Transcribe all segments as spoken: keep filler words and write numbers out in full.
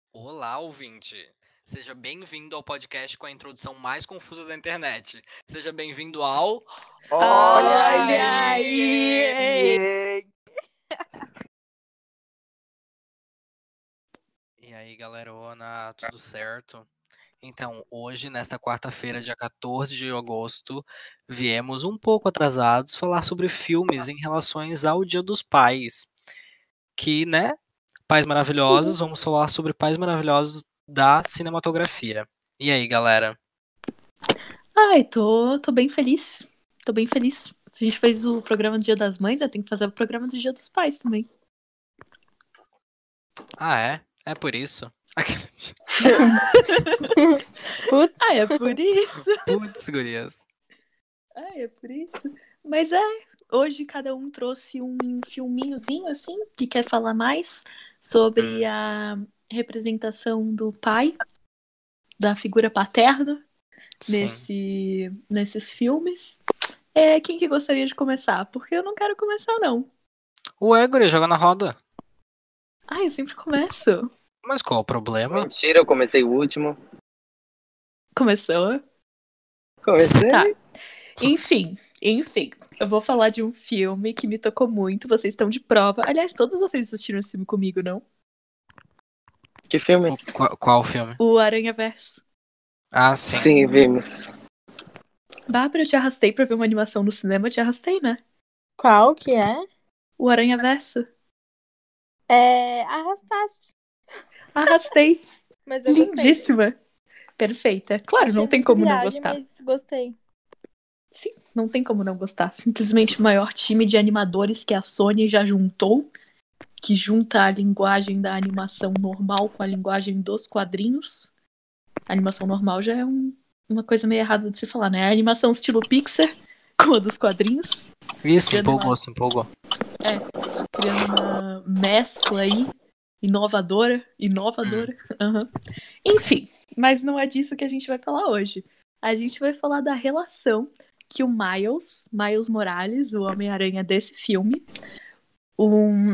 Olá, ouvinte! Seja bem-vindo ao podcast com a introdução mais confusa da internet. Seja bem-vindo ao... Olha Olha aí! aí! E aí, galerona, tudo certo? Então, hoje, nesta quarta-feira, dia quatorze de agosto, viemos um pouco atrasados falar sobre filmes em relações ao Dia dos Pais. Que, né, Pais Maravilhosos, vamos falar sobre Pais Maravilhosos da cinematografia. E aí, galera? Ai, tô, tô bem feliz. Tô bem feliz. A gente fez o programa do Dia das Mães, eu tenho que fazer o programa do Dia dos Pais também. Ah, é? É por isso? Putz. Ah, é por isso. Putz, gurias. Ah, é por isso. Mas é, hoje cada um trouxe um filminhozinho, assim, que quer falar mais sobre Hum. a representação do pai, da figura paterna, Sim. nesse, nesses filmes. É, quem que gostaria de começar? Porque eu não quero começar, não. Ué, guria, joga na roda. Ai, eu sempre começo. Mas qual o problema? Mentira, eu comecei o último. Começou? Comecei? Tá. Enfim, enfim. Eu vou falar de um filme que me tocou muito. Vocês estão de prova. Aliás, todos vocês assistiram esse filme comigo, não? Que filme? O- qual, qual filme? O Aranha Verso. Ah, sim. Sim, vimos. Bárbara, eu te arrastei pra ver uma animação no cinema. Eu te arrastei, né? Qual que é? O Aranha Verso. É. Arrastaste. Arrastei. Mas eu gostei. Lindíssima. Perfeita. Claro, Achei não tem muito como não viagem, gostar. mas gostei. Sim, não tem como não gostar. Simplesmente o maior time de animadores que a Sony já juntou, que junta a linguagem da animação normal com a linguagem dos quadrinhos. A animação normal já é um, uma coisa meio errada de se falar, né? A animação estilo Pixar com a dos quadrinhos. Isso, Criando empolgou, uma- se empolgou. É, criando uma mescla aí, inovadora, inovadora. Aham. Enfim, mas não é disso que a gente vai falar hoje. A gente vai falar da relação que o Miles, Miles Morales, o Homem-Aranha desse filme, um,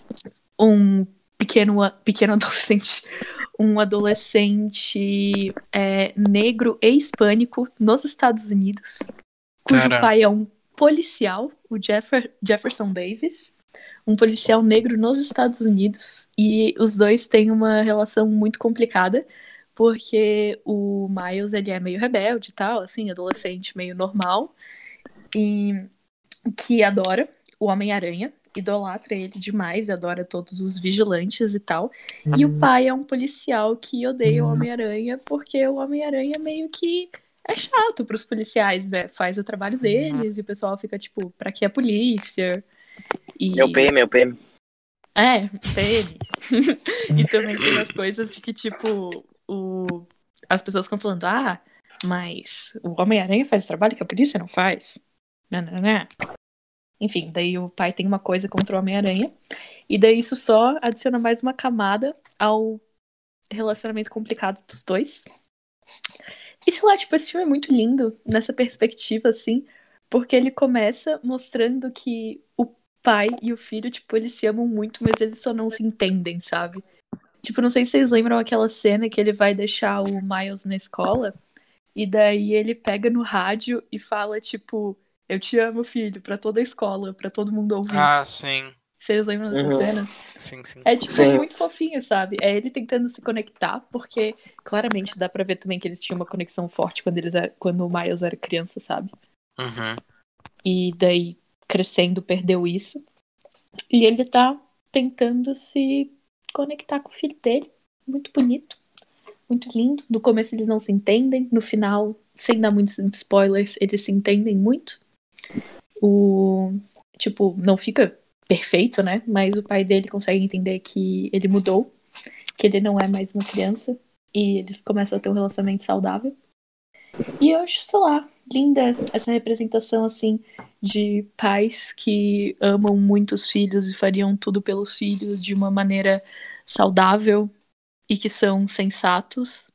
um pequeno, pequeno adolescente, um adolescente é, negro e hispânico nos Estados Unidos, cujo Tcharam. pai é um policial, o Jeffer, Jefferson Davis, um policial negro nos Estados Unidos, e os dois têm uma relação muito complicada, porque o Miles, ele é meio rebelde e tal, assim, adolescente meio normal, e que adora o Homem-Aranha, idolatra ele demais, adora todos os vigilantes e tal, e o pai é um policial que odeia o Homem-Aranha, porque o Homem-Aranha meio que é chato pros policiais, né? Faz o trabalho deles e o pessoal fica tipo, pra que a polícia? E... Meu P M, meu P M. É, P M. E também tem as coisas de que, tipo, o... as pessoas ficam falando, ah, mas o Homem-Aranha faz o trabalho que a polícia não faz. Não, não, não. Enfim, daí o pai tem uma coisa contra o Homem-Aranha. E daí isso só adiciona mais uma camada ao relacionamento complicado dos dois. E sei lá, tipo, esse filme é muito lindo nessa perspectiva, assim, porque ele começa mostrando que o pai e o filho, tipo, eles se amam muito, mas eles só não se entendem, sabe? Tipo, não sei se vocês lembram aquela cena que ele vai deixar o Miles na escola, e daí ele pega no rádio e fala, tipo, eu te amo, filho, pra toda a escola, pra todo mundo ouvir. Ah, sim. Vocês lembram dessa Uhum. cena? Sim, sim. É, tipo, Sim. muito fofinho, sabe? É ele tentando se conectar, porque claramente dá pra ver também que eles tinham uma conexão forte quando, eles era, quando o Miles era criança, sabe? Uhum. E daí, crescendo, perdeu isso. E ele tá tentando se conectar com o filho dele. Muito bonito. Muito lindo. No começo eles não se entendem. No final, sem dar muitos spoilers, eles se entendem muito. O... Tipo, não fica perfeito, né? Mas o pai dele consegue entender que ele mudou. Que ele não é mais uma criança. E eles começam a ter um relacionamento saudável. E eu acho, sei lá, linda essa representação, assim, de pais que amam muito os filhos e fariam tudo pelos filhos de uma maneira saudável e que são sensatos.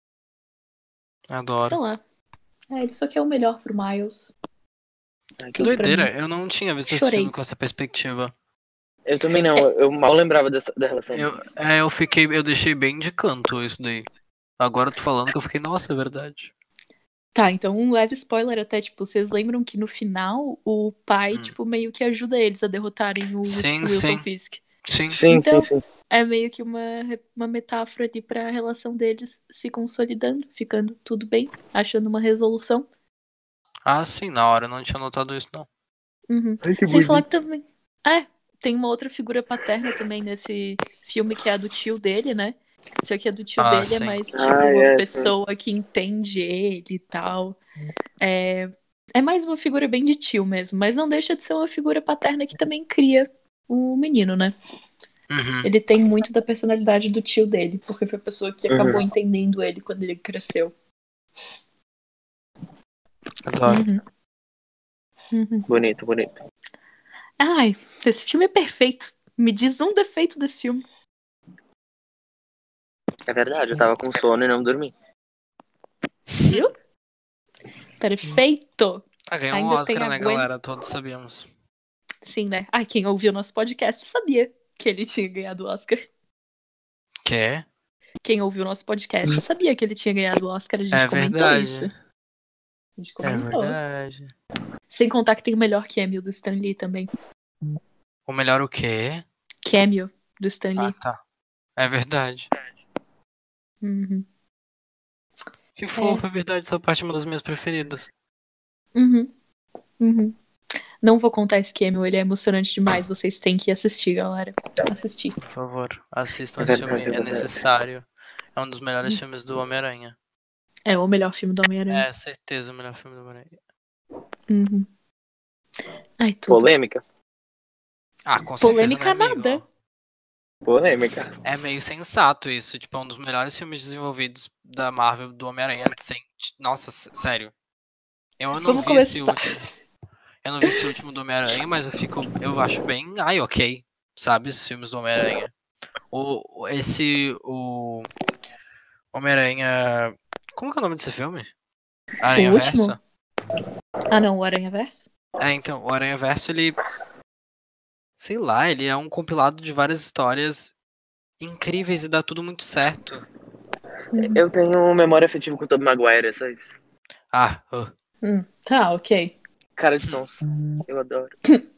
Adoro. Sei lá. É, ele só quer o melhor pro Miles. Que Tudo pra doideira, mim. eu não tinha visto esse Chorei. filme com essa perspectiva. Eu também não, eu mal lembrava dessa, da relação Eu, deles. é, eu fiquei, eu deixei bem de canto isso daí. Agora eu tô falando que eu fiquei, nossa, é verdade. Tá, então um leve spoiler até, tipo, vocês lembram que no final o pai, Hum. tipo, meio que ajuda eles a derrotarem o, Sim, o Wilson sim. Fisk. Sim. Sim, Então- sim, sim. É meio que uma, uma metáfora ali pra relação deles se consolidando, ficando tudo bem, achando uma resolução. Ah, sim, na hora eu não tinha notado isso, não. Uhum. Ai, que Sem falar bonito. que também. É, tem uma outra figura paterna também nesse filme que é a do tio dele, né? Só que a do tio Ah, dele é sim. mais tipo Ah, uma é, sim. pessoa que entende ele e tal. É, é mais uma figura bem de tio mesmo, mas não deixa de ser uma figura paterna que também cria o menino, né? Uhum. Ele tem muito da personalidade do tio dele, porque foi a pessoa que acabou Uhum. entendendo ele quando ele cresceu. Adoro. Uhum. Uhum. Bonito, bonito. Ai, esse filme é perfeito. Me diz um defeito desse filme. É verdade, eu tava com sono e não dormi. Viu? Perfeito! Ah, ganhou um Ainda Oscar, tem a né, Gwen. galera? Todos sabíamos. Sim, né? Ai, quem ouviu nosso podcast sabia que ele tinha ganhado o Oscar. Que? Quem ouviu nosso podcast sabia que ele tinha ganhado o Oscar. A gente É comentou verdade. isso. A gente É comentou. verdade. Sem contar que tem o melhor cameo do Stan Lee também. O melhor o quê? Cameo do Stan Ah, Lee. tá. É verdade. Uhum. Que fofo, é verdade. Essa parte é uma das minhas preferidas. Uhum. Uhum. Não vou contar esse cameo, ele é emocionante demais. Vocês têm que assistir, galera. Assistir. Por favor, assistam É esse verdade, filme. é É verdade. necessário. É um dos melhores filmes do Homem-Aranha. É o melhor filme do Homem-Aranha. É, certeza, o melhor filme do Homem-Aranha. Uhum. Ai, tudo. Polêmica? Ah, com certeza, Polêmica né, amigo? nada. Polêmica. É meio sensato isso. Tipo, é um dos melhores filmes desenvolvidos da Marvel, do Homem-Aranha. Sem... Nossa, s- sério. Eu não Vamos vi esse começar. último. Eu não vi esse último do Homem-Aranha, mas eu fico. Eu acho bem. Ai, ok. Sabe, os filmes do Homem-Aranha. O, o- esse. O. Homem-Aranha. Como que é o nome desse filme? Aranha O último? Verso? Ah, não, o Aranha Verso? É, então, o Aranha Verso, ele. Sei lá, ele é um compilado de várias histórias incríveis e dá tudo muito certo. Uhum. Eu tenho memória afetiva com o Tobey Maguire, é só isso. Ah, uh. Hum, tá, ok. Cara de sons. Eu adoro.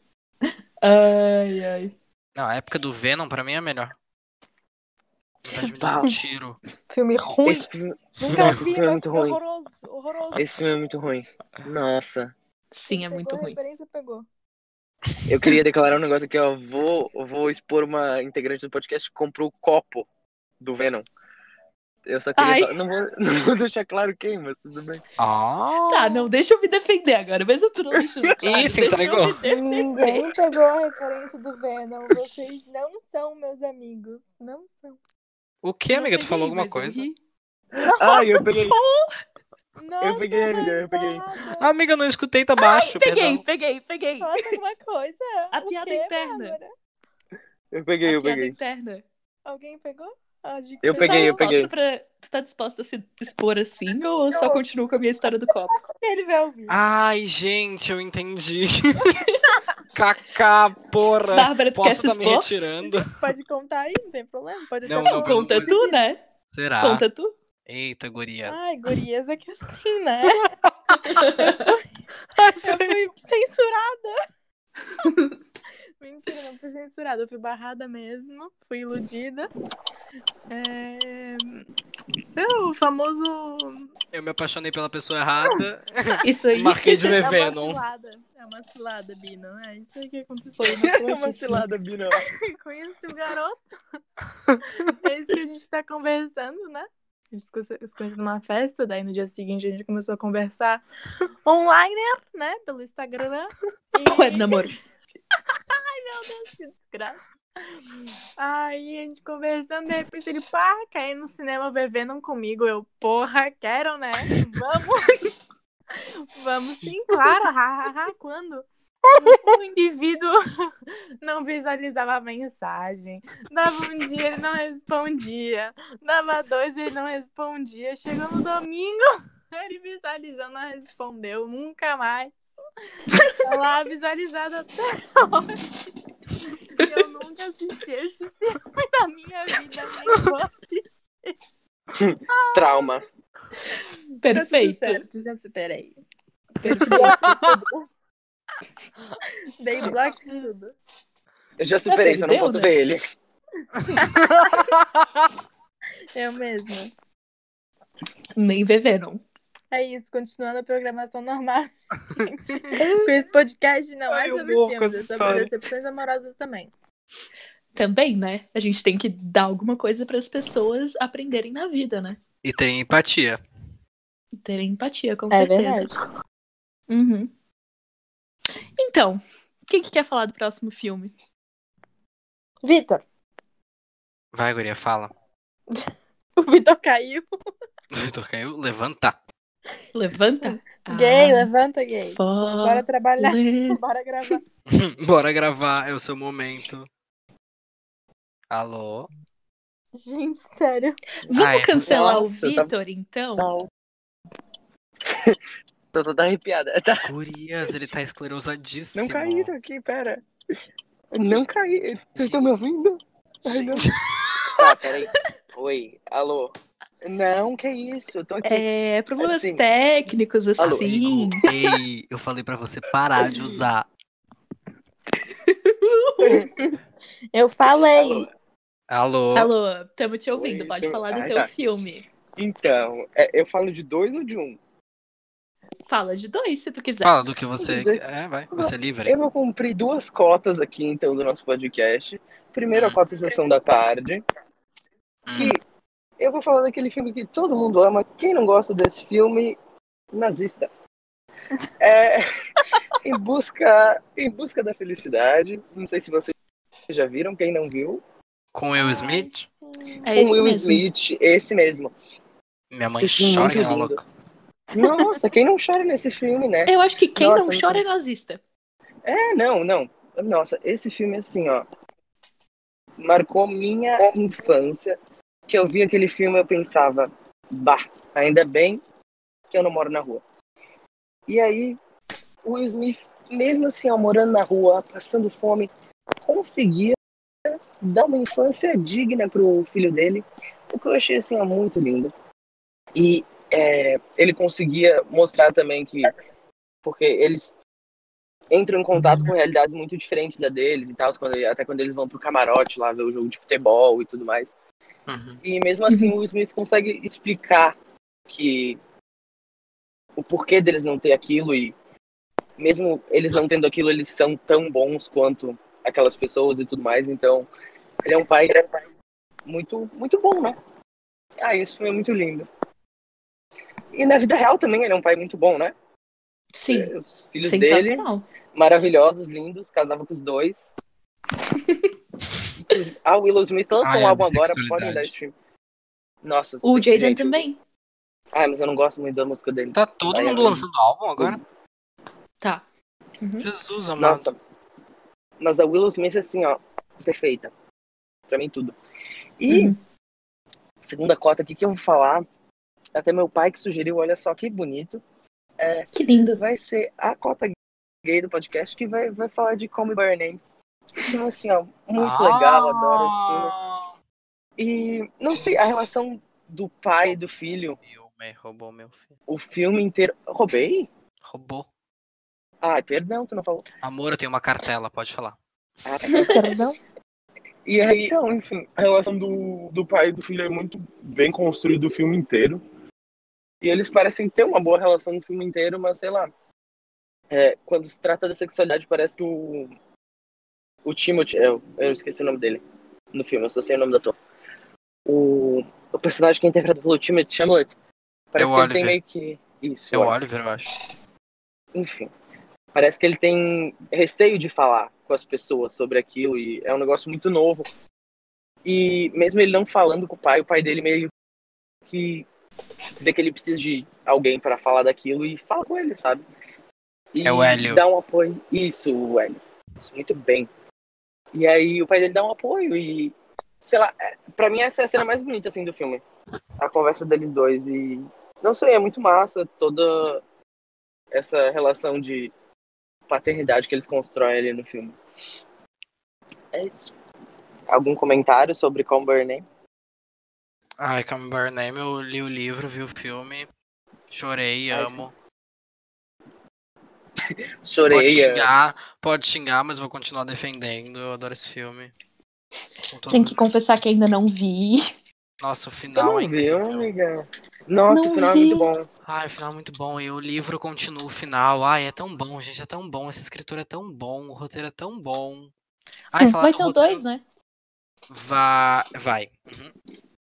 Ai, ai. Não, a época do Venom pra mim é a melhor. Vontade de me dar Bah, um tiro. Filme ruim. Esse filme, Nunca nossa, esse vi, filme é mas muito filme ruim. horroroso. Horroroso. Esse filme é muito ruim. Nossa. Sim, Quem é pegou muito a ruim. referência pegou. Eu queria declarar um negócio aqui, ó. Vou, vou expor uma integrante do podcast que comprou o copo do Venom. Eu só queria Ai. falar. Não vou, não vou deixar claro quem, mas tudo bem. Ah! Tá, não, deixa eu me defender agora, mas eu tô não deixando claro. Ih, se Deixa eu entregou. me defender. Ninguém pegou a referência do Venom. Vocês não são meus amigos. Não são. O que, Eu não amiga? Tu peguei, falou alguma mas eu coisa? ri. Ai, eu peguei. Nossa, Eu peguei, amiga, eu peguei. Bárbara. Ah, amiga, eu não escutei, tá baixo, Peguei, perdão. peguei, peguei. Falasse alguma coisa. A O piada quê, interna. Bárbara? Eu peguei, A eu piada peguei. interna. Alguém pegou? Ah, de Eu Tu que tá peguei, eu disposta peguei. pra. Tu tá disposta a se expor assim ou eu só continuo com a minha história do copo? Ele vai ouvir. Ai, gente, eu entendi. Cacá, porra. Bárbara, tu quer Posso se tá me expor? A retirando? gente pode contar aí, não tem problema. Pode Não, até não, falar pelo o Conta amor de tu, Deus. né? Será? Conta tu. Eita, gurias. Ai, gurias, é que assim, né? Eu fui, eu fui censurada. Mentira, não fui censurada. Eu fui barrada mesmo. Fui iludida. É... é o famoso... Eu me apaixonei pela pessoa errada. Isso aí. Marquei de ver É uma Venom. cilada. É uma cilada, Bino. É isso aí que aconteceu. Foi uma Uma ciladice. cilada, Bina. Conheci o garoto. É isso que a gente tá conversando, né? A gente se conhe- se conheceu numa festa, daí no dia seguinte a gente começou a conversar online, né? Pelo Instagram. Qual é, namoro? Que desgraça. Aí a gente conversando, de repente ele, pá, quer ir no cinema ver Venom comigo. Eu, porra, quero, né? Vamos. Vamos sim, claro. Ha, ha, ha. Quando? O indivíduo não visualizava a mensagem. Dava um dia, ele não respondia. Dava dois, ele não respondia. Chegou no domingo, ele visualizou, não respondeu. Nunca mais. Tá lá visualizado até hoje. Eu nunca assisti esse filme na minha vida, nem vou assistir. Trauma. Perfeito. Tá tudo certo, já superei. Perfeito. Dei bloco em tudo. Eu já superei, só não perdeu, posso né? ver ele. Eu mesma. Nem ver Venom. É isso, continuando a programação normal, gente. Com esse podcast não Ai, é eu sobre morro com filmes, é essa sobre história. decepções amorosas também. Também, né? A gente tem que dar alguma coisa para as pessoas aprenderem na vida, né? E tem empatia. E terem empatia, com É certeza. verdade. Uhum. Então, quem que quer falar do próximo filme? Vitor. Vai, guria, fala. O Vitor caiu. O Vitor caiu, levanta. Levanta. Gay, Ah, levanta, gay. fo- Bora trabalhar, le- bora gravar. Bora gravar, é o seu momento. Alô? Gente, sério. Vamos Ai, cancelar nossa, o tá- Vitor, então? Não. Tô toda arrepiada. Tá. Gurias, ele tá esclerosadíssimo. Não caíram aqui, pera. Não caí. Vocês estão me ouvindo? Ai, não. Gente, Tá, peraí. Oi, alô. Não, que isso? Eu tô aqui. É, problemas Assim, técnicos, alô, assim. amigo, ei, eu falei pra você parar de usar. Eu falei. Alô. Alô? Alô, estamos te ouvindo. Oi, Pode tô- falar do Ai, teu tá. filme. Então, é, eu falo de dois ou de um? Fala de dois, se tu quiser. Fala do que você. É, vai, você é livre. Eu vou cumprir duas cotas aqui, então, do nosso podcast. Primeiro, a Hum. cota Sessão da Tarde. Que eu vou falar daquele filme que todo mundo ama. Quem não gosta desse filme, nazista. É, em, busca, em Busca da Felicidade. Não sei se vocês já viram, quem não viu. Com Will Smith, É Com esse Will mesmo. Smith, esse mesmo. minha mãe Esse filme chora muito que nem uma lindo. louca. Nossa, quem não chora nesse filme, né? Eu acho que quem Nossa, não não chora tem- é nazista. É, não, não. Nossa, esse filme, assim, ó, marcou minha infância. Que eu vi aquele filme eu pensava, bah, ainda bem que eu não moro na rua. E aí, o Will Smith, mesmo assim, ó, morando na rua, passando fome, conseguia dar uma infância digna pro filho dele, o que eu achei, assim, ó, muito lindo. E é, ele conseguia mostrar também que, porque eles entram em contato com realidades muito diferentes da deles e tal, quando, até quando eles vão pro camarote lá ver o jogo de futebol e tudo mais. Uhum. E mesmo assim o Will Smith consegue explicar que o porquê deles não ter aquilo e mesmo eles não tendo aquilo, eles são tão bons quanto aquelas pessoas e tudo mais. Então, ele é um pai muito, muito bom, né? Ah, isso foi muito lindo. E na vida real também ele é um pai muito bom, né? Sim, Os filhos dele, sensacional. maravilhosos, lindos, casava com os dois. A Will Smith lançou Ai, um a álbum agora, bissexualidade. podem dar stream. Nossa, O sim, Jaden gente, também. Ah, mas eu não gosto muito da música dele. Tá todo Ai, mundo ai. lançando álbum agora? Tá. Uhum. Jesus amado. Nossa, mas a Will Smith, assim, ó, perfeita. Pra mim, tudo. E, Uhum. segunda cota aqui que eu vou falar, até meu pai que sugeriu, olha só que bonito, Que lindo. vai ser a cota gay do podcast que vai, vai falar de Call Me By Your Name. Então, assim, ó, muito Ah! legal, adoro esse filme. E, não sei, a relação do pai e do filho, Filme, roubou meu filho. o filme inteiro... Roubei? Roubou. Ai, perdão, tu não falou. Amor, eu tenho uma cartela, pode falar. Ah, tá. Perdão? E aí, então, enfim, a relação do, do pai e do filho é muito bem construída o filme inteiro. E eles parecem ter uma boa relação no filme inteiro, mas sei lá. É, quando se trata da sexualidade, parece que o. O Timothy. Eu, eu esqueci o nome dele no filme, eu só sei o nome do ator. O, o personagem que é interpretado pelo Timothy Chalamet. Parece É o que ele tem Oliver. meio que. Isso, É o olha. Oliver, eu acho. Enfim. Parece que ele tem receio de falar com as pessoas sobre aquilo. E é um negócio muito novo. E mesmo ele não falando com o pai, o pai dele meio que vê que ele precisa de alguém pra falar daquilo e fala com ele, sabe? E É o Hélio. dá um apoio. Isso, o Hélio. Isso, muito bem. E aí o pai dele dá um apoio e, sei lá, é- pra mim essa é a cena mais bonita, assim, do filme. A conversa deles dois e, não sei, é muito massa toda essa relação de paternidade que eles constroem ali no filme. É isso. Algum comentário sobre Call Me By Your Name? Ai, Call Me By Your Name, eu li o livro, vi o filme, chorei, Ai, amo. Pode Chorei. amo. xingar, pode xingar, mas vou continuar defendendo. Eu adoro esse filme. Com todos Tenho os que meus- confessar que ainda não vi. Nossa, o Você final é não viu, incrível. amiga? Nossa, Não o final vi. é muito bom. Ai, o final é muito bom. E o livro continua o final. Ai, é tão bom, gente. É tão bom. Esse escritor é tão bom. O roteiro é tão bom. Ai, falar Vai do ter o roteiro. dois, né? Vai. Vai. Uhum.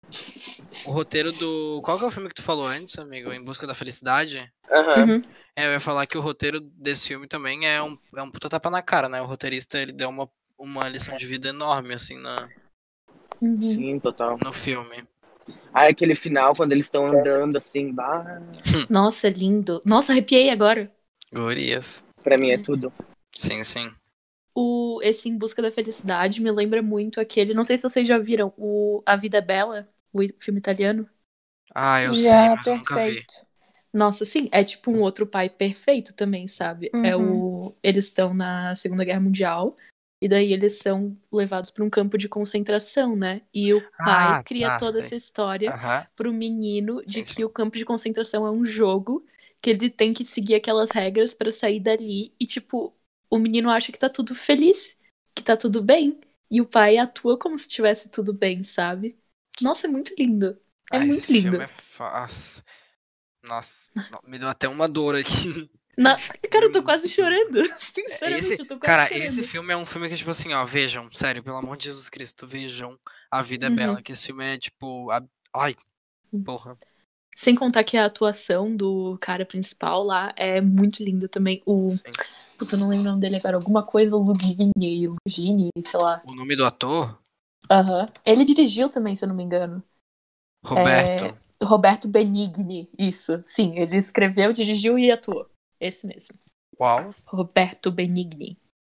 O roteiro do. Qual que é o filme que tu falou antes, amigo? Em Busca da Felicidade? Aham. Uhum. É, eu ia falar que o roteiro desse filme também é um, é um puta tapa na cara, né? O roteirista, ele deu uma, uma lição de vida enorme, assim, na, Uhum. Sim, total. no filme. Ah, aquele final, quando eles estão andando assim, bah, Nossa, é lindo. Nossa, arrepiei agora. Gurias. pra mim é tudo. Sim, sim. O, esse Em Busca da Felicidade me lembra muito aquele. Não sei se vocês já viram o A Vida é Bela, o filme italiano. Ah, eu sei, Já, mas eu nunca vi. perfeito. Nossa, sim, é tipo um outro pai perfeito também, sabe? É Uhum. o. Eles estão na Segunda Guerra Mundial. E daí eles são levados para um campo de concentração, né? E o pai Ah, cria tá, toda sei. essa história Aham. pro menino de Sim, que sim. o campo de concentração é um jogo, que ele tem que seguir aquelas regras para sair dali. E, tipo, o menino acha que tá tudo feliz, que tá tudo bem. E o pai atua como se tivesse tudo bem, sabe? Nossa, é muito lindo. É Ah, esse muito filme lindo. é. fa- Nossa, Nossa, no- me deu até uma dor aqui. Na... Esse filme Cara, é eu tô quase muito lindo. chorando. É, Sinceramente, Esse, eu tô quase cara, chorando. esse filme é um filme que, tipo assim, ó, vejam, sério, pelo amor de Jesus Cristo, vejam A Vida é Uhum. Bela, que esse filme é, tipo, a- ai, porra. Sem contar que a atuação do cara principal lá é muito linda também. O. Sim. Puta, eu não lembro o nome dele agora. Alguma coisa Lugini, Lugini, sei lá. O nome do ator? Aham. Ele dirigiu também, se eu não me engano. Roberto. É... Roberto Benigni, isso. Sim, ele escreveu, dirigiu e atuou. Esse mesmo. Uau. Roberto Benigni.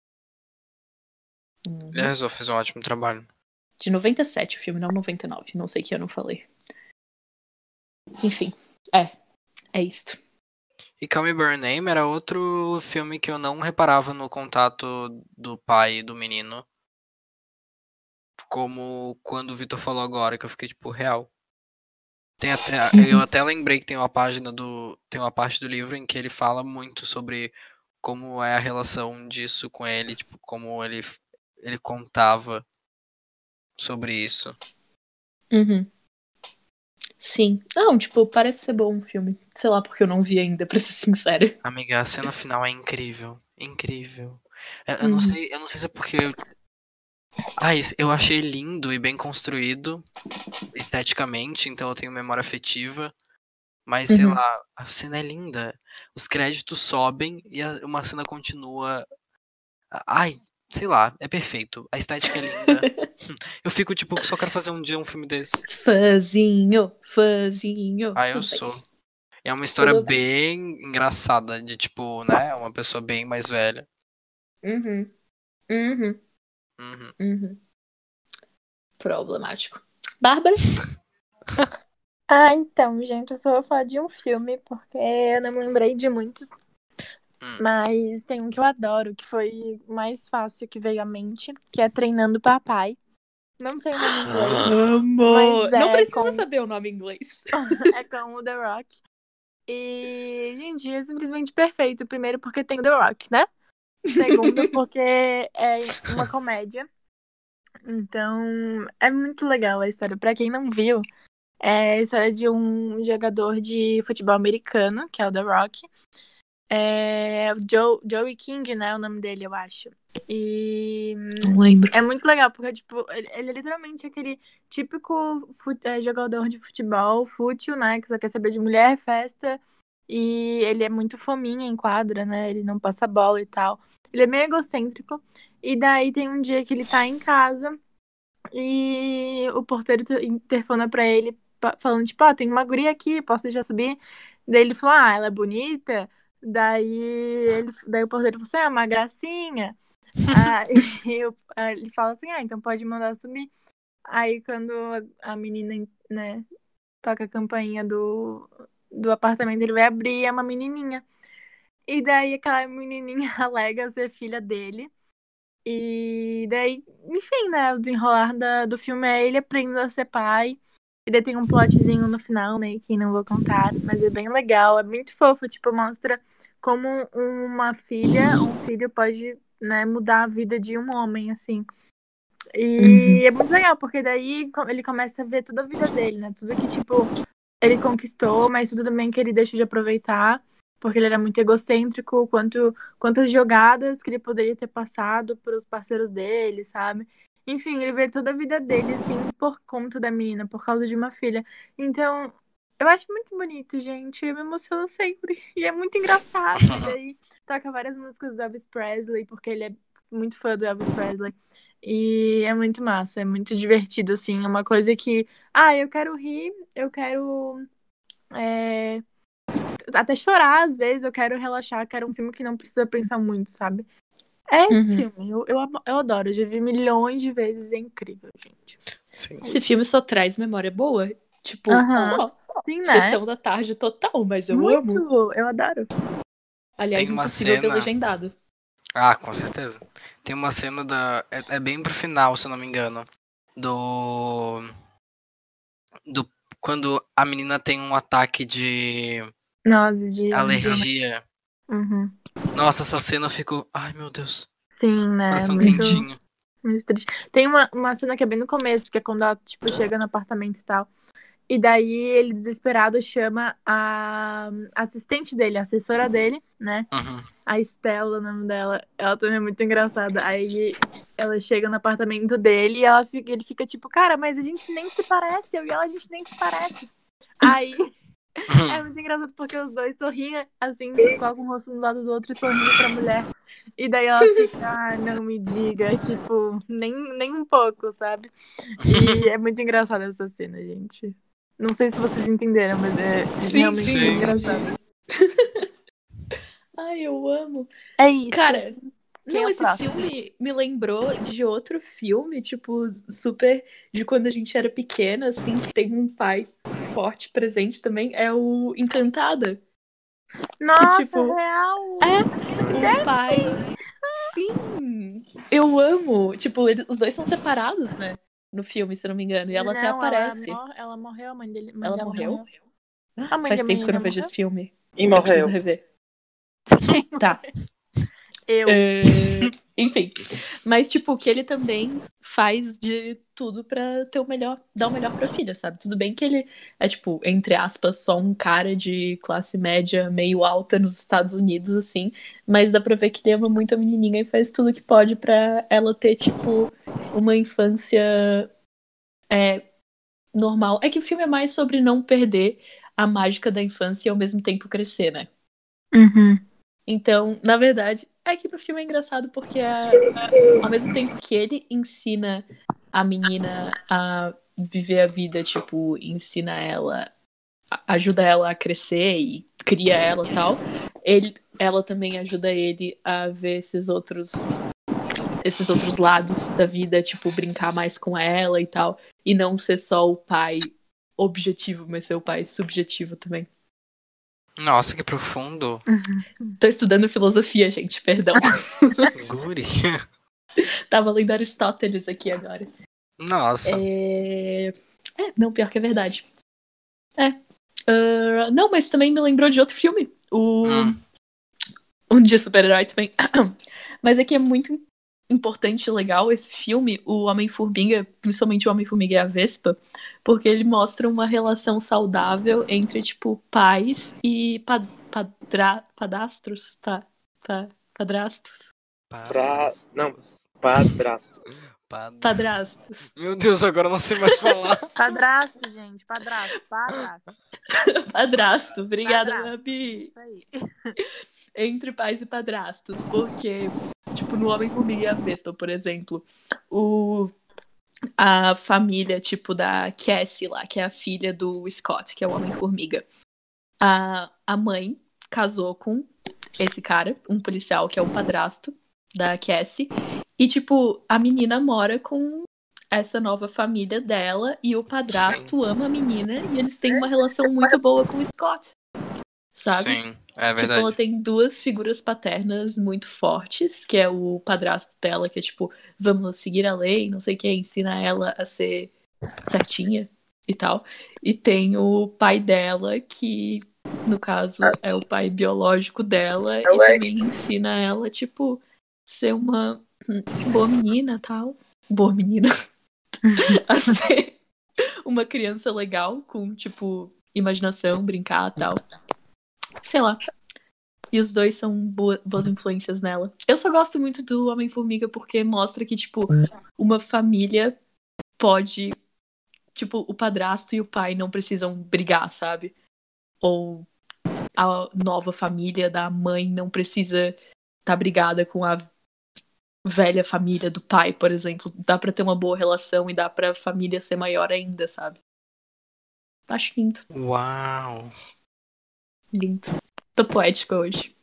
Uhum. Ele arrasou, fez um ótimo trabalho. De noventa e sete o filme, não noventa e nove. Não sei que eu não falei. Enfim, é. É isto. E Call Me By Your Name era outro filme que eu não reparava no contato do pai e do menino. Como quando o Vitor falou agora, que eu fiquei tipo, real. Tem até, eu até lembrei que tem uma página do. Tem uma parte do livro em que ele fala muito sobre como é a relação disso com ele, tipo, como ele, ele contava sobre isso. Uhum. Sim. Não, tipo, parece ser bom o filme. Sei lá porque eu não vi ainda, pra ser sincera. Amiga, a cena final é incrível. Incrível. Eu, eu não Uhum. sei, eu não sei se é porque eu. Ah, isso- eu achei lindo e bem construído esteticamente, então eu tenho memória afetiva. Mas, sei Uhum. lá, a cena é linda. Os créditos sobem e a- uma cena continua. Ai, sei lá, é perfeito. A estética é linda. Eu fico, tipo, só quero fazer um dia um filme desse. Fãzinho, fãzinho. Ah, eu Tudo bem. sou. É uma história Tudo bem. bem engraçada, de tipo, né? Uma pessoa bem mais velha. Uhum. Uhum. Uhum. Uhum. Problemático. Bárbara? Ah, então, gente, eu só vou falar de um filme, porque eu não me lembrei de muitos. Hum. Mas tem um que eu adoro, que foi o mais fácil que veio à mente, que é Treinando Papai. Não sei o nome em inglês, Amo! mas Não é precisa com, saber o nome em inglês. é com o The Rock. E, gente, é simplesmente perfeito. Primeiro, porque tem o The Rock, né? Segundo, porque é uma comédia. Então, é muito legal a história. Pra quem não viu, é a história de um jogador de futebol americano, que é o The Rock. É o Joe, Joey King, né? O nome dele, eu acho. E Não lembro. é muito legal, porque, tipo, ele, ele é literalmente aquele típico fut- é, jogador de futebol, fútil, né? Que só quer saber de mulher, festa. E ele é muito fominha em quadra, né? Ele não passa bola e tal. Ele é meio egocêntrico. E daí tem um dia que ele tá em casa e o porteiro te- interfona pra ele, pa- falando, tipo, ah, tem uma guria aqui, posso deixar subir? Daí ele falou, ah, ela é bonita? Daí, ele, daí o porteiro falou assim, ah, é uma gracinha. Aí eu- aí ele fala assim, ah, então pode mandar subir. Aí quando a, a menina, né, toca a campainha do, do apartamento, ele vai abrir e é uma menininha. E daí aquela menininha alega ser filha dele. E daí, enfim, né? O desenrolar da, do filme é ele aprendendo a ser pai. E daí tem um plotzinho no final, né? Que não vou contar, mas é bem legal, é muito fofo. Tipo, mostra como uma filha, um filho pode, né, mudar a vida de um homem, assim. E Uhum. é muito legal, porque daí co- ele começa a ver toda a vida dele, né? Tudo que, tipo, ele conquistou, mas tudo também que ele deixou de aproveitar, porque ele era muito egocêntrico, quanto, quantas jogadas que ele poderia ter passado para os parceiros dele, sabe? Enfim, ele vê toda a vida dele, assim, por conta da menina, por causa de uma filha. Então, eu acho muito bonito, gente. Eu me emociono sempre. E é muito engraçado. E daí toca várias músicas do Elvis Presley, porque ele é muito fã do Elvis Presley. E é muito massa, é muito divertido, assim. É uma coisa que, ah, eu quero rir, eu quero é, até chorar às vezes, eu quero relaxar, quero um filme que não precisa pensar muito, sabe? É esse Uhum. filme, eu, eu, amo- eu adoro, eu já vi milhões de vezes, é incrível, gente. Sim. Esse filme só traz memória boa. Tipo, Aham. só. Sim, né? Sessão da tarde total, mas eu amo. Muito, eu adoro. Aliás, Tem uma impossível ver cena. legendado. Ah, com certeza. Tem uma cena da. É, é bem pro final, se eu não me engano. Do. Do. Quando a menina tem um ataque de Nozes de... de... alergia. Uhum. Nossa, essa cena ficou. Ai, meu Deus. Sim, né? Coração Muito, quentinho. muito triste. Tem uma, uma cena que é bem no começo, que é quando ela, tipo, chega no apartamento e tal. E daí ele, desesperado, chama a assistente dele, a assessora dele, né? Uhum. A Estela, o nome dela. Ela também é muito engraçada. Aí ela chega no apartamento dele e ela fica, ele fica tipo, cara, mas a gente nem se parece. Eu e ela, a gente nem se parece. Aí é muito engraçado porque os dois sorriem, assim, tipo, colocam o rosto um do lado do outro e sorriem pra mulher. E daí ela fica, ah, não me diga, tipo, nem, nem um pouco, sabe? E é muito engraçada essa cena, gente. Não sei se vocês entenderam, mas é Sim, realmente sim, muito Sim. engraçado. Ai, eu amo. É isso. Cara, Quem não, é o esse próximo? filme me lembrou de outro filme, tipo, super de quando a gente era pequena, assim, que tem um pai forte presente também, é o Encantada. Nossa, tipo, real! O pai. Sim! Eu amo! Tipo, eles- os dois são separados, né? No filme, se eu não me engano. E ela até Não, ela, aparece. mor- ela morreu, a mãe dele. A mãe Ela dela morreu? A mãe Faz da tempo que eu menina não vejo morreu. esse filme. E Eu preciso morreu. rever. Tá. Eu. É, Enfim. Mas, tipo, que ele também faz de tudo pra ter o melhor, dar o melhor pra filha, sabe? Tudo bem que ele é, tipo, entre aspas, só um cara de classe média meio alta nos Estados Unidos, assim. Mas dá pra ver que ele ama muito a menininha e faz tudo que pode pra ela ter, tipo, uma infância é, normal. É que o filme é mais sobre não perder a mágica da infância e ao mesmo tempo crescer, né? Uhum. Então, na verdade, é que no filme é engraçado porque a- ao mesmo tempo que ele ensina a menina a viver a vida, tipo, ensina ela, a- ajuda ela a crescer e cria ela e tal, ele, ela também ajuda ele a ver esses outros esses outros lados da vida, tipo, brincar mais com ela e tal, e não ser só o pai objetivo, mas ser o pai subjetivo também. Nossa, que profundo. Tô estudando filosofia, gente, perdão. Guri. Tava lendo Aristóteles aqui agora. Nossa. É... é, não, pior que é verdade. É. Uh, não, mas também me lembrou de outro filme. O... Hum. Um Dia Super-Herói também. Mas aqui é muito importante e legal esse filme, o Homem-Formiga, principalmente o Homem-Formiga e a Vespa, porque ele mostra uma relação saudável entre, tipo, pais e pa padra padastros. Pa pa padrastos. Pra... Não, Padrastos. padrasto. Padra- Padrastos. Meu Deus, agora eu não sei mais falar. Padrasto, gente. Padrasto. Padrasto. Padrasto. Obrigada, Padrasto. Gabi. Isso aí. Entre pais e padrastos, porque, tipo, no Homem-Formiga e a Vespa, por exemplo, o, a família, tipo, da Cassie lá, que é a filha do Scott, que é o Homem-Formiga, a, a mãe casou com esse cara, um policial, que é o padrasto da Cassie, e, tipo, a menina mora com essa nova família dela, e o padrasto ama a menina, e eles têm uma relação muito boa com o Scott, sabe? Sim. É Tipo, ela verdade. tem duas figuras paternas muito fortes, que é o padrasto dela, que é tipo, vamos seguir a lei, não sei o que, ensina ela a ser certinha e tal. E tem o pai dela, que no caso é o pai biológico dela, e também ensina ela, tipo, ser uma boa menina tal. Boa menina. A ser uma criança legal, com, tipo, imaginação, brincar tal. Sei lá. E os dois são boa- boas influências nela. Eu só gosto muito do Homem-Formiga porque mostra que, tipo, uma família pode. Tipo, o padrasto e o pai não precisam brigar, sabe? Ou a nova família da mãe não precisa estar tá brigada com a velha família do pai, por exemplo. Dá pra ter uma boa relação e dá pra família ser maior ainda, sabe? Acho lindo. Uau. Lindo. Tô poética hoje.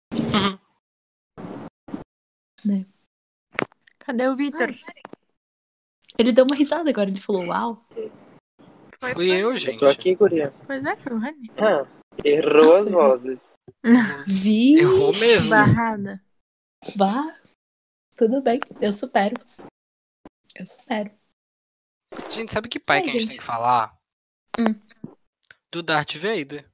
Né? Cadê o Vitor? Ele deu uma risada agora, ele falou, uau. Foi, Fui foi. eu, Eu gente. tô aqui, guria. Pois é, foi o Rani. Ah, Errou Ah, as foi. vozes. Vi. Errou mesmo. Barrada. Vá. Tudo bem, eu supero. Eu supero. Gente, sabe que pai Ai, que a gente gente. tem que falar? Hum. Do Darth Vader.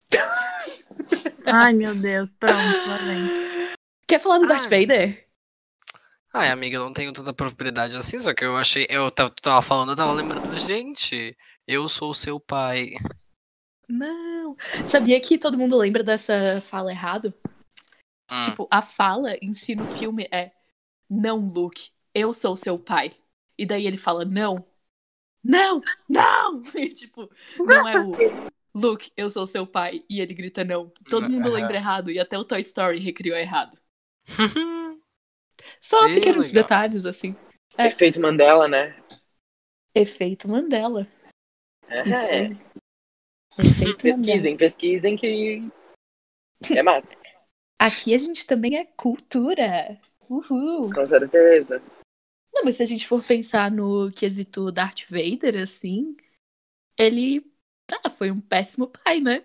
Ai, meu Deus. Pronto, lá vem. Quer falar do Darth Ai. Vader? Ai, amiga, eu não tenho tanta propriedade assim, só que eu achei. Eu tava, tu tava falando, eu tava lembrando, gente, eu sou seu pai. Não. Sabia que todo mundo lembra dessa fala errado? Hum. Tipo, a fala em si no filme é: não, Luke, eu sou seu pai. E daí ele fala: não, não, não! E tipo, não é o Luke, eu sou seu pai. E ele grita não. Todo mundo lembra errado e até o Toy Story recriou errado. Só Ih, pequenos legal. detalhes, assim. É. Efeito Mandela, né? Efeito Mandela. Isso É. aí. Efeito Mandela. Pesquisem, pesquisem que é mata, Aqui a gente também é cultura. Uhul. com certeza. Não, mas se a gente for pensar no quesito Darth Vader, assim, ele ah, foi um péssimo pai, né?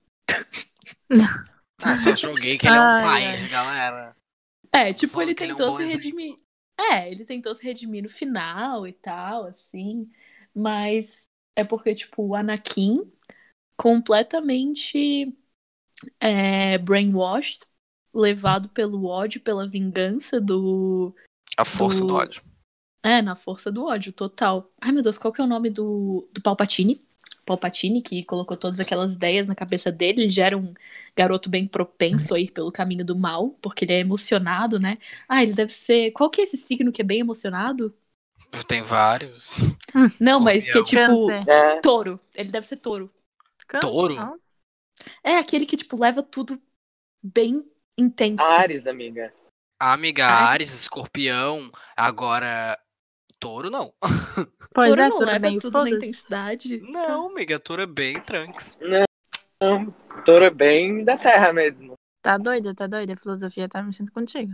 Ah, só joguei que ele é um Ai, pai, ai. galera. É, Tô tipo, falando ele que ele é um tentou bom se exemplo. redimir. É, ele tentou se redimir no final e tal, assim. Mas é porque, tipo, o Anakin completamente é, brainwashed, levado pelo ódio, pela vingança do. A força do, do... ódio. É, na força do ódio, total. Ai, meu Deus, qual que é o nome do, do Palpatine? Palpatine, que colocou todas aquelas ideias na cabeça dele. Ele já era um garoto bem propenso a ir pelo caminho do mal, porque ele é emocionado, né? Ah, ele deve ser. Qual que é esse signo que é bem emocionado? Tem vários. Não, mas que é Escorpião. tipo. Câncer. É, Touro. Ele deve ser touro. Câncer. Touro? Nossa. É aquele que, tipo, leva tudo bem intenso. Ares, amiga. Amiga, Ares. Ares, escorpião. Agora, touro não. Pois Touro é, não tudo leva bem, tudo na foda-se. intensidade. Não, amiga, touro é bem trunks. Não, touro é bem da terra mesmo. Tá doida, tá doida? A filosofia tá mexendo contigo.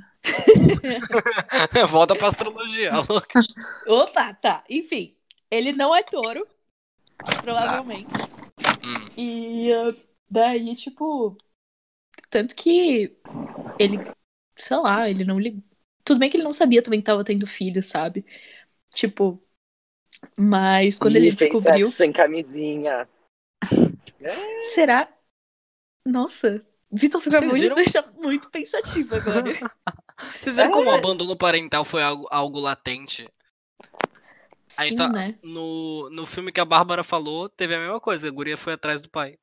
Volta pra astrologia, louca. Opa, tá. Enfim, ele não é touro, provavelmente. Hum. E uh, daí, tipo. Tanto que ele, sei lá, ele não ligou. Tudo bem que ele não sabia também que tava tendo filho, sabe? Tipo. Mas quando Ih, ele fez descobriu. sexo sem camisinha. É, Será? Nossa, Vitor, você acabou Vocês de viram? deixar muito pensativa agora. Vocês viram É. como o abandono parental foi algo, algo latente? A gente Sim, tá, né? no, no filme que a Bárbara falou, teve a mesma coisa. A guria foi atrás do pai.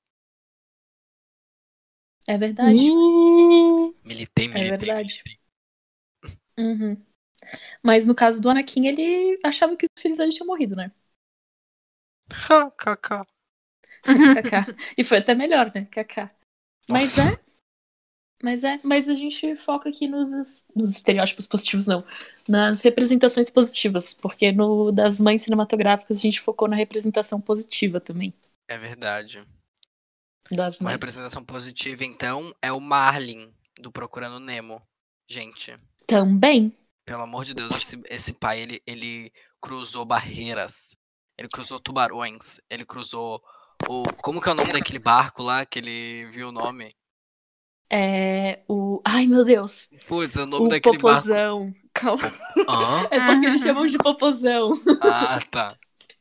É verdade. Ih, Militei, É militei, verdade. militei. Uhum. Mas no caso do Anakin, ele achava que os filhos dele tinham morrido, né? Ha, Kaká. Kaká. E foi até melhor, né? Kaká. Mas Nossa. é. Mas é. Mas a gente foca aqui nos, nos estereótipos positivos, não. Nas representações positivas. Porque no das mães cinematográficas a gente focou na representação positiva também. É verdade. Das Uma mães. representação positiva, então, é o Marlin, do Procurando Nemo. Gente, Também. pelo amor de Deus, esse, esse pai, ele, ele cruzou barreiras. Ele cruzou tubarões. Ele cruzou o... Como que é o nome daquele barco lá, que ele viu o nome? É o. Ai, meu Deus! Putz, é o nome O daquele barco. popozão. Calma. Hã? É porque eles chamam de popozão. Ah, tá.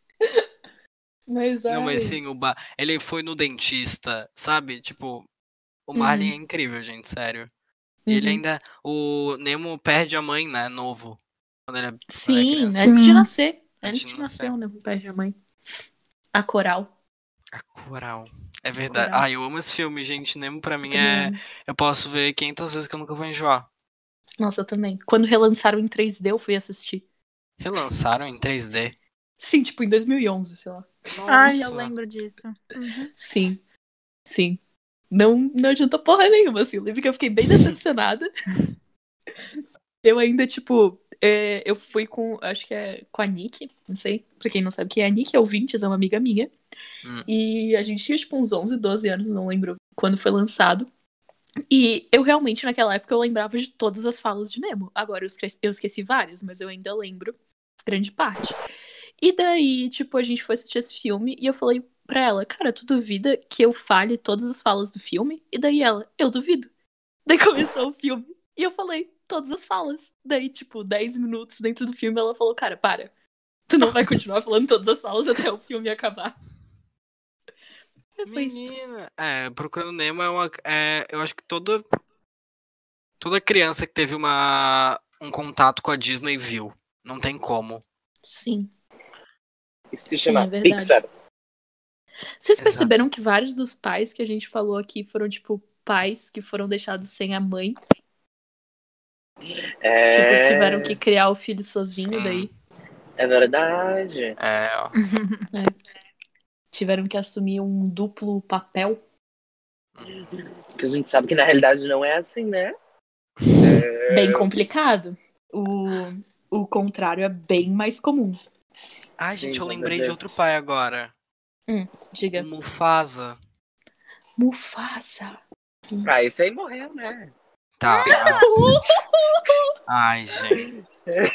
Mas, Não, mas ai. sim, o bar... ele foi no dentista, sabe? Tipo, o Marlin é Uhum, incrível, gente, sério. E ele uhum. ainda. O Nemo perde a mãe, né? Novo. Quando ele é, quando ele é Sim, criança. antes de Sim. nascer. Antes Antes de de nascer, nascer. o Nemo perde a mãe. A Coral. A Coral. É verdade. Coral. Ah, eu amo esse filme, gente. Nemo pra Eu mim também é. amo. Eu posso ver quinhentas vezes que eu nunca vou enjoar. Nossa, eu também. Quando relançaram em três D, eu fui assistir. Relançaram em três D. Sim, tipo em dois mil e onze, sei lá. Ai, eu Nossa. lembro disso. Uhum. Sim, sim. Não, não adianta porra nenhuma, assim. Eu lembro que eu fiquei bem decepcionada. Eu ainda, tipo, é, eu fui com, acho que é com a Nick, não sei, pra quem não sabe quem é a Nick, é ouvintes, é uma amiga minha. Hum. E a gente tinha, tipo, uns onze, doze anos, não lembro quando foi lançado. E eu realmente, naquela época, eu lembrava de todas as falas de Nemo. Agora, eu esqueci, eu esqueci vários, mas eu ainda lembro grande parte. E daí, tipo, a gente foi assistir esse filme e eu falei pra ela, cara, tu duvida que eu fale todas as falas do filme? E daí ela, eu duvido. Daí começou o filme e eu falei todas as falas. Daí, tipo, dez minutos dentro do filme, ela falou, cara, para. Tu não vai continuar falando todas as falas até o filme acabar. E foi isso. Menina. É, Procurando Nemo é uma. É, eu acho que toda. Toda criança que teve uma, um contato com a Disney viu. Não tem como. Sim, Isso se sim, chama é verdade. Pixar. Vocês Exato. perceberam que vários dos pais que a gente falou aqui foram, tipo, pais que foram deixados sem a mãe? É, Tipo, tiveram que criar o filho sozinho, Sim. daí é verdade. É, ó. tiveram que assumir um duplo papel. Que a gente sabe que na realidade não é assim, né? Bem complicado. O, o contrário é bem mais comum. Ai, gente, Sim, eu com lembrei de certeza. outro pai agora. Hum, O diga. Mufasa. Mufasa. Ah, esse aí morreu, né? Tá. Ai, gente.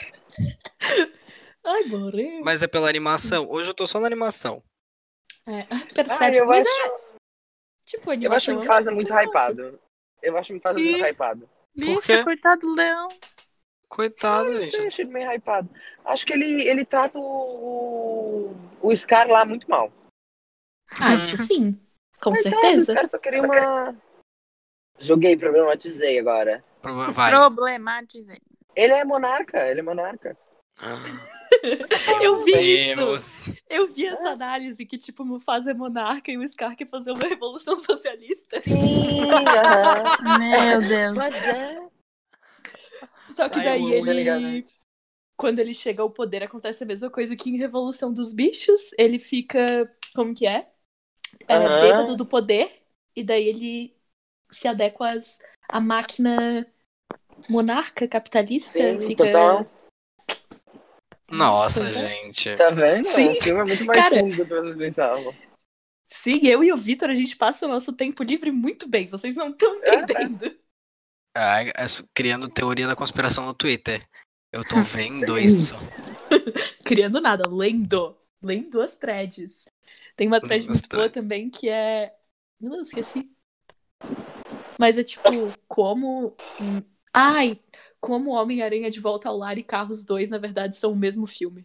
Ai, morreu. Mas é pela animação. Hoje eu tô só na animação. É, Ah, percebe? eu Mas acho, é, tipo, a eu acho o animação é Mufasa muito muito top. hypado. Eu acho o Mufasa muito Ih, hypado. por Bicho, quê? coitado do leão. Coitado, Não sei, gente. achei ele meio hypado. Acho que ele, ele trata o, o Scar lá muito mal. Ah, Hum, isso sim. Com Coitado, o certeza. Scar só queria uma... Joguei, problematizei agora. pro- vai. Problematizei. Ele é monarca, ele é monarca. Eu vi isso. Temos. Eu vi essa análise que, tipo, Mufasa é monarca e o Scar quer fazer uma revolução socialista. Sim, aham. Meu Deus. Mas é. Só que Ai, eu daí amo ele, Delegadamente. quando ele chega ao poder, acontece a mesma coisa que em Revolução dos Bichos. Ele fica, como que é? É Aham. bêbado do poder. E daí ele se adequa às, à máquina monarca capitalista. Sim, Fica... total. Nossa, Pois é. gente. Tá vendo? Sim. O filme é muito mais Cara, fundo do que vocês pensavam. sim, eu e o Vitor, a gente passa o nosso tempo livre muito bem. Vocês não estão entendendo. Ai, é su- criando teoria da conspiração no Twitter. Eu tô vendo Sim. isso. Criando nada, lendo. Lendo as threads. Tem uma thread As muito boa threads. também que é... Meu Deus, esqueci. Mas é tipo, como... hum, Ai, como Homem-Aranha de Volta ao Lar e Carros dois, na verdade, são o mesmo filme.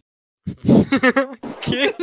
Que?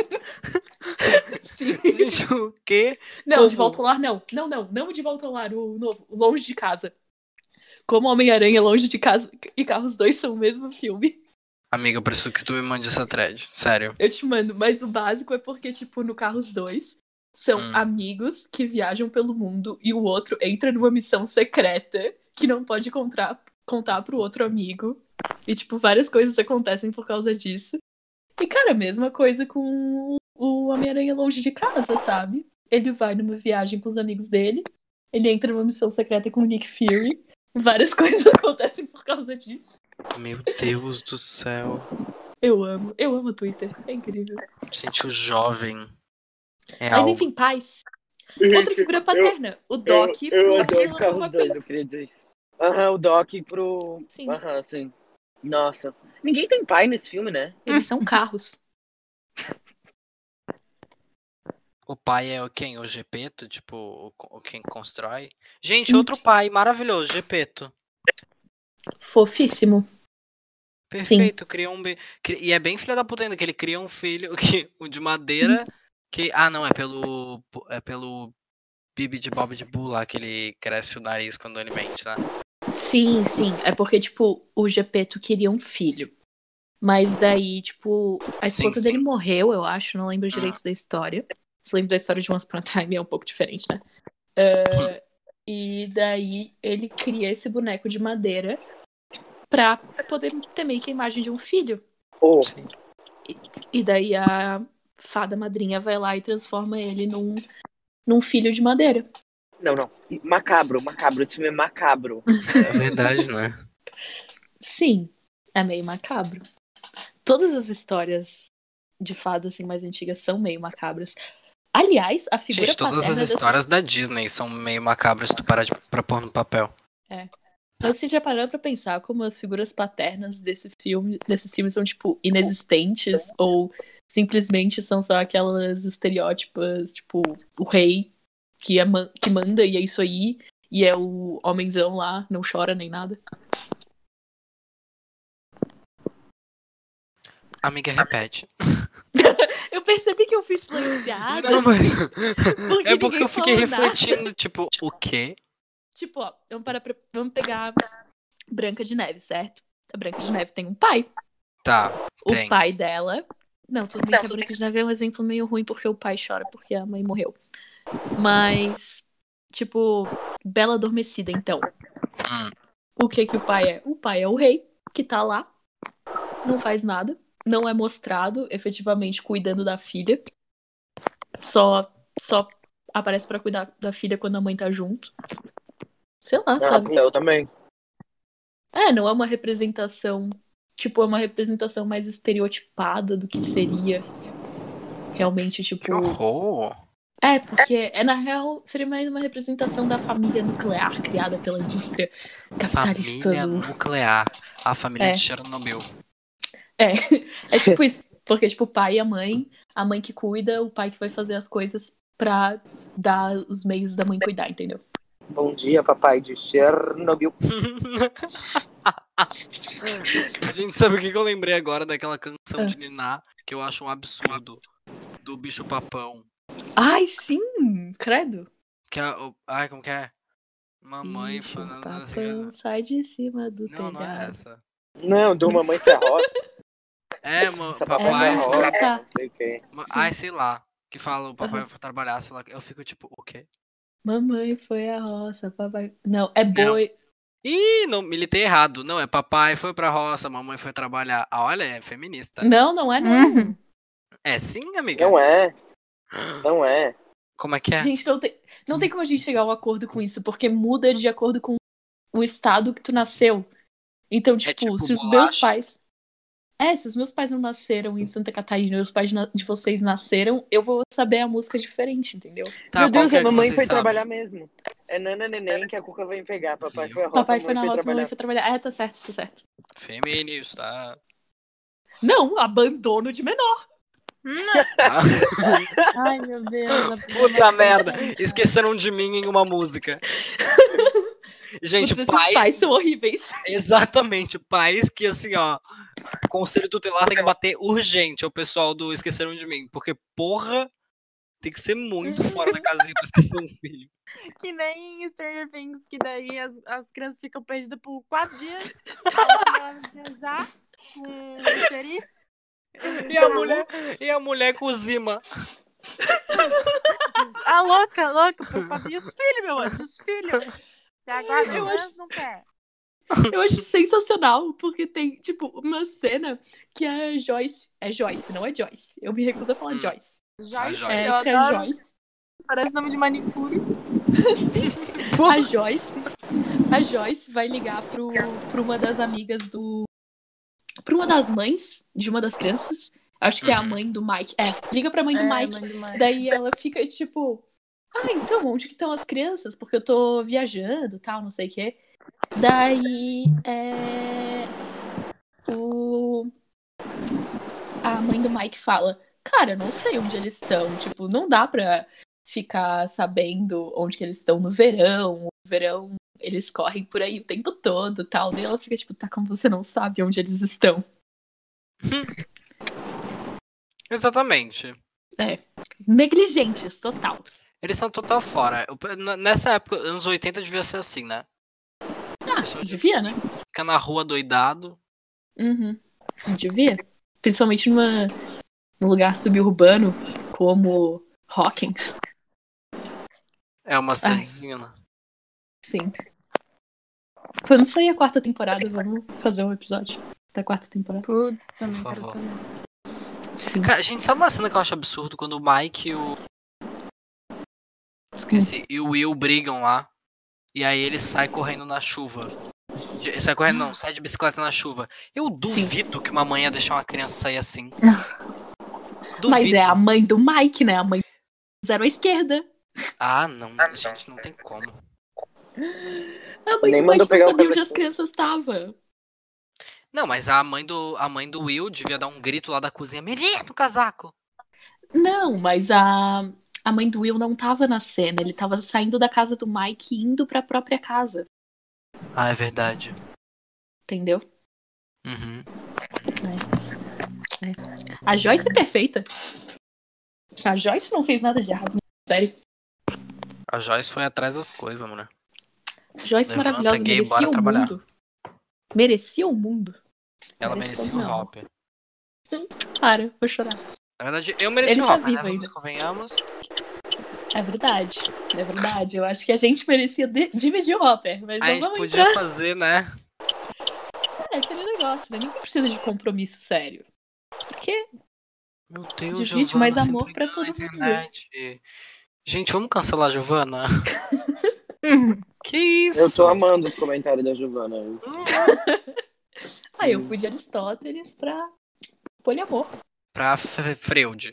Sim. Gente, o quê? Não, de Como? Volta ao Lar, não. Não, não. Não de Volta ao Lar, o novo. o Longe de Casa. Como Homem-Aranha, Longe de Casa e Carros dois são o mesmo filme. Amiga, eu preciso que tu me mande essa thread. Sério. Eu te mando, mas o básico é porque, tipo, no Carros dois são Hum. amigos que viajam pelo mundo e o outro entra numa missão secreta que não pode contar, contar pro outro amigo. E, tipo, várias coisas acontecem por causa disso. E, cara, a mesma coisa com o Homem-Aranha Longe de Casa, sabe? Ele vai numa viagem com os amigos dele, ele entra numa missão secreta com o Nick Fury. Várias coisas acontecem por causa disso. Meu Deus do céu. Eu amo, eu amo o Twitter, é incrível. Gente, o jovem é Mas algo. enfim, pais. Outra figura paterna, o Doc Eu, eu pro adoro Leila Carros McQueen. dois, eu queria dizer isso. Aham, o Doc pro. Sim, Aham, sim. Nossa. Ninguém tem pai nesse filme, né? eles são carros. O pai é o quem? O Gepeto? Tipo, o, o quem constrói? Gente, outro pai maravilhoso, Gepeto. Fofíssimo. Perfeito, cria um... be- cri- E é bem filha da puta ainda, que ele cria um filho que, o de madeira, que... Ah, não, é pelo... É pelo Bibi de Bob de Bull lá, que ele cresce o nariz quando ele mente, né? Sim, sim. É porque, tipo, o Gepeto queria um filho. Mas daí, tipo, a Sim, esposa dele sim. morreu, eu acho. Não lembro direito da história. Se lembro da história de Once Upon a Time, é um pouco diferente, né? Uh, e daí ele cria esse boneco de madeira pra poder ter meio que a imagem de um filho. Oh, Sim. E daí a fada madrinha vai lá e transforma ele num, num filho de madeira. não, não. E Macabro, macabro. Esse filme é macabro. É verdade, né? Sim, é meio macabro. Todas as histórias de fada assim mais antigas são meio macabras. Aliás, a figura Gente, todas paterna as dessa... histórias da Disney são meio macabras se tu parar de, pra pôr no papel. Mas você já parou pra pensar como as figuras paternas desse filme, desses filmes são, tipo, inexistentes? Ou simplesmente são só aquelas estereótipas, tipo, o rei que, é man- que manda e é isso aí, e é o homenzão lá, não chora nem nada? Amiga, repete. Eu percebi que eu fui silenciada. Não, mas... Porque É porque ninguém eu fiquei falou nada. refletindo, tipo, o quê? Tipo, ó, vamos, parar pra- vamos pegar Branca de Neve, certo? A Branca de Neve tem um pai. Tá, O tem. pai dela. Não, tudo bem que a Branca de Neve é um exemplo meio ruim porque o pai chora porque a mãe morreu. Mas, tipo, Bela Adormecida, então. Hum. O que que o pai é? O pai é o rei, que tá lá, não faz nada, não é mostrado efetivamente cuidando da filha. Só, só aparece pra cuidar da filha quando a mãe tá junto. Sei lá, Ah, sabe? eu também. É, não é uma representação. Tipo, é uma representação mais estereotipada do que seria realmente, tipo. Que horror! É, porque é na real seria mais uma representação da família nuclear criada pela indústria capitalista Família do. nuclear. A família É. de Chernobyl. É, é tipo isso. Porque, tipo, o pai e a mãe, a mãe que cuida, o pai que vai fazer as coisas pra dar os meios da mãe cuidar, entendeu? Bom dia, papai de Chernobyl. Gente, sabe o que que eu lembrei agora daquela canção Ah. de Niná que eu acho um absurdo? Do bicho papão. Ai, sim! Credo! Que é o... Ai, como que é? Mamãe Bicho, falando assim. papão, sai de cima do Não, não é telhado. essa. Não, do Mamãe Ferrosa. É, ma... Essa papai papai É, Ferrosa, tá. não sei o quê. Ma- Sim. Ai, sei lá. Que fala o papai Aham. foi trabalhar, sei lá. Eu fico tipo, o quê? Mamãe foi a roça, papai. Não, é Não. boi. Ih, não, militei errado. Não, é papai foi pra roça, mamãe foi trabalhar. Ah, olha, é feminista. Não, não é, não. Uhum. É sim, amiga? Não é, não é. Como é que é? Gente, não tem, não tem como a gente chegar a um acordo com isso, porque muda de acordo com o estado que tu nasceu. Então, tipo, tipo se os bolacha. meus pais. É, se os meus pais não nasceram em Santa Catarina e os pais na- de vocês nasceram, eu vou saber a música diferente, entendeu? Tá, Meu qual Deus, que é a que mamãe vocês foi sabem? trabalhar mesmo. É Nana Neném que a Cuca vem pegar. Papai Viu? foi a roça, Papai mamãe foi na roça, trabalhar. mamãe foi trabalhar. É, tá certo, tá certo. Feminista. Não, abandono de menor. Ah, Ai, meu Deus. a Puta merda. Esqueceram de mim em uma música. Gente, Putz, esses pais... pais são horríveis. Exatamente, pais que assim, ó... Conselho tutelar tem que bater urgente ao pessoal do Esqueceram de Mim. Porque, porra, tem que ser muito fora da casinha pra esquecer um filho. Que nem em Stranger Things, que daí as, as crianças ficam perdidas por quatro dias. Ela vai viajar com o xerife. E a mulher, e a mulher com o Zima. Ah, louca, louca. Preocupada. E os filhos, meu anjo? Os filhos. Você aguarda Eu anos, acho- não quer. Eu acho sensacional, porque tem, tipo, uma cena que a Joyce. É Joyce, não é Joyce. Eu me recuso a falar Hum. Joyce. Joyce, Joyce. É eu que a adoro. Joyce. Parece nome de manicure. A Joyce. A Joyce vai ligar pro, pro uma das amigas do. Pra uma das mães de uma das crianças. Acho que é a Uhum. mãe do Mike. É, liga pra mãe do É, Mike. mãe do Mike. Daí ela fica tipo. Ah, então, onde que estão as crianças? Porque eu tô viajando tal, não sei o quê. Daí é. O. A mãe do Mike fala: Cara, eu não sei onde eles estão. Tipo, não dá pra ficar sabendo onde que eles estão no verão. No verão, eles correm por aí o tempo todo, tal. Daí ela fica tipo, tá, como você não sabe onde eles estão? Exatamente. É. Negligentes, total. Eles são total fora. Eu- n- Nessa época, anos oitenta, devia ser assim, né? Ah, Pessoal de- devia, né? Fica na rua doidado. Uhum. Devia. Principalmente numa, num lugar suburbano como Hawkins. É uma Ai, cidadezinha, né? sim. Quando sair a quarta temporada, vamos fazer um episódio da quarta temporada. Putz, também Por quero favor. saber. Sim. Cara, gente, sabe uma cena que eu acho absurdo? Quando o Mike e o. Esqueci. E o Will brigam lá. E aí ele sai correndo na chuva. De- Sai correndo, não, sai de bicicleta na chuva. Eu Sim. duvido que uma mãe ia deixar uma criança sair assim. Duvido. Mas é a mãe do Mike, né? A mãe do zero à esquerda. Ah, não, gente, não tem como. A mãe Nem do mandou Mike não pegar o sabia onde casaquinho. as crianças estavam. Não, mas a mãe do, a mãe do Will devia dar um grito lá da cozinha. Menino, casaco! Não, mas a, a mãe do Will não tava na cena. Ele tava saindo da casa do Mike e indo pra própria casa. Ah, é verdade. Entendeu? Uhum. É. A Joyce é perfeita. A Joyce não fez nada de errado, sério. A Joyce foi atrás das coisas, mulher. Joyce Levanta, maravilhosa, gay, merecia bora o trabalhar. mundo. Merecia o mundo. Ela Merecia merecia um não. Hopper. Para, vou chorar. Na verdade, eu mereci Ele um tá Hopper, né? vivo Vamos ainda. convenhamos. É verdade. É verdade. Eu acho que a gente merecia de- dividir o Hopper, mas A não gente vamos podia entrar. fazer, né? É aquele negócio, né? Ninguém precisa de compromisso sério. Porque Meu Deus, divide Giovana mais se amor pra entregando todo na mundo. internet. Gente, vamos cancelar a Giovana? Uhum. Que Eu isso? tô amando os comentários da Giovana. Aí eu fui de Aristóteles pra poliamor. Pra Fre- Freud.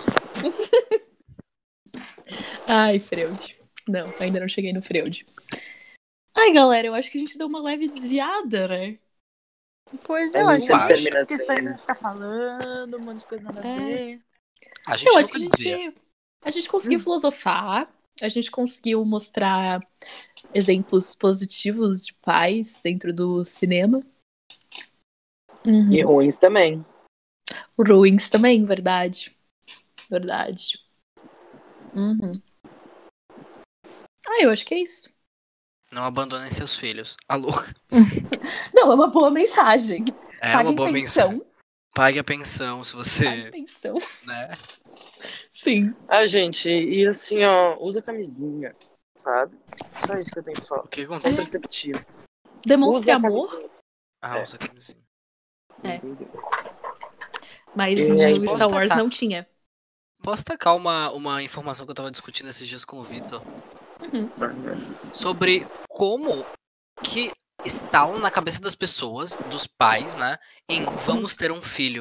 Ai, Freud. Não, ainda não cheguei no Freud. Ai, galera, eu acho que a gente deu uma leve desviada, né? Pois A eu gente acho sempre acho. termina que isso aí assim, vai né? ficar falando, um monte de coisa nada a É. ver. A gente Eu acho que nunca a dizia. gente, a gente conseguiu filosofar, a gente conseguiu mostrar exemplos positivos de pais dentro do cinema. Uhum. E ruins também. Ruins também, verdade. Verdade. Uhum. Ah, eu acho que é isso. Não abandonem seus filhos. Alô? Não, é uma boa mensagem. É uma Paguem boa pensão. mensagem. Pague a pensão se Paguem você. pensão. Né? Sim. Ah, gente, e assim, ó, usa camisinha, sabe? Só isso que eu tenho que falar. O que aconteceu? Contraceptivo. Demonstre Usa a amor, camisinha. Ah, É. usa a camisinha. É. Usa a camisinha. mas É no isso aí. Star Wars Posso não tinha. Posso tacar uma, uma informação que eu tava discutindo esses dias com o Vitor? Uhum. Sobre como que instalam na cabeça das pessoas, dos pais, né? Em vamos ter um filho.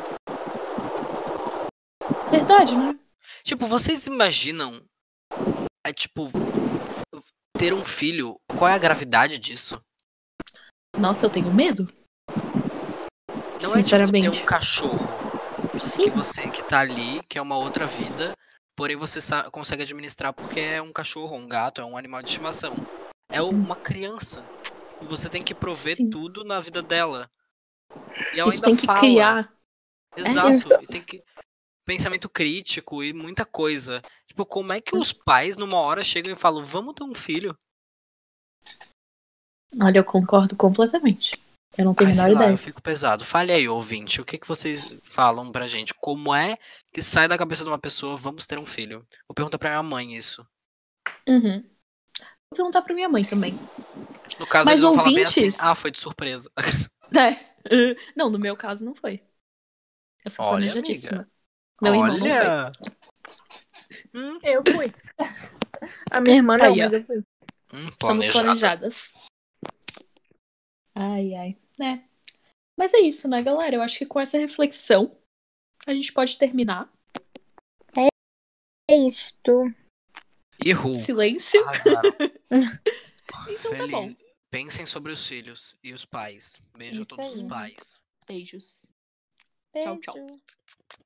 Verdade, né? Tipo, vocês imaginam, é tipo, ter um filho, qual é a gravidade disso? Nossa, eu tenho medo. Não é tipo Sinceramente. ter um cachorro Sim. que você que tá ali, que é uma outra vida, porém você sa- consegue administrar porque é um cachorro, um gato, é um animal de estimação. É uma criança. E você tem que prover Sim. tudo na vida dela. E A ela gente ainda tem que fala. criar. Exato. E tem que pensamento crítico e muita coisa. Tipo, como é que os pais numa hora chegam e falam, vamos ter um filho? Olha, eu concordo completamente. Eu não tenho Ai, a sei menor lá, ideia. eu fico pesado. Fale aí, ouvinte, o que, que vocês falam pra gente? Como é que sai da cabeça de uma pessoa, vamos ter um filho? Vou perguntar pra minha mãe isso. Uhum. Vou perguntar pra minha mãe também. No caso, Mas eles vão falar bem assim, ouvintes- ah, foi de surpresa. É. Uh, Não, no meu caso não foi. Eu fui Olha, planejadíssima. amiga. Meu irmão não foi. Olha. Hum, Eu fui. A minha irmã não, Aí, ó. mas eu fui. hum, Somos planejada. planejadas. Ai, ai. É. Mas é isso, né, galera? Eu acho que com essa reflexão a gente pode terminar. É isto. Errou. Silêncio. Arrasaram. Então tá Feliz. bom. Pensem sobre os filhos e os pais. Beijo Isso a todos os aí. pais. Beijos. Beijo. Tchau, tchau.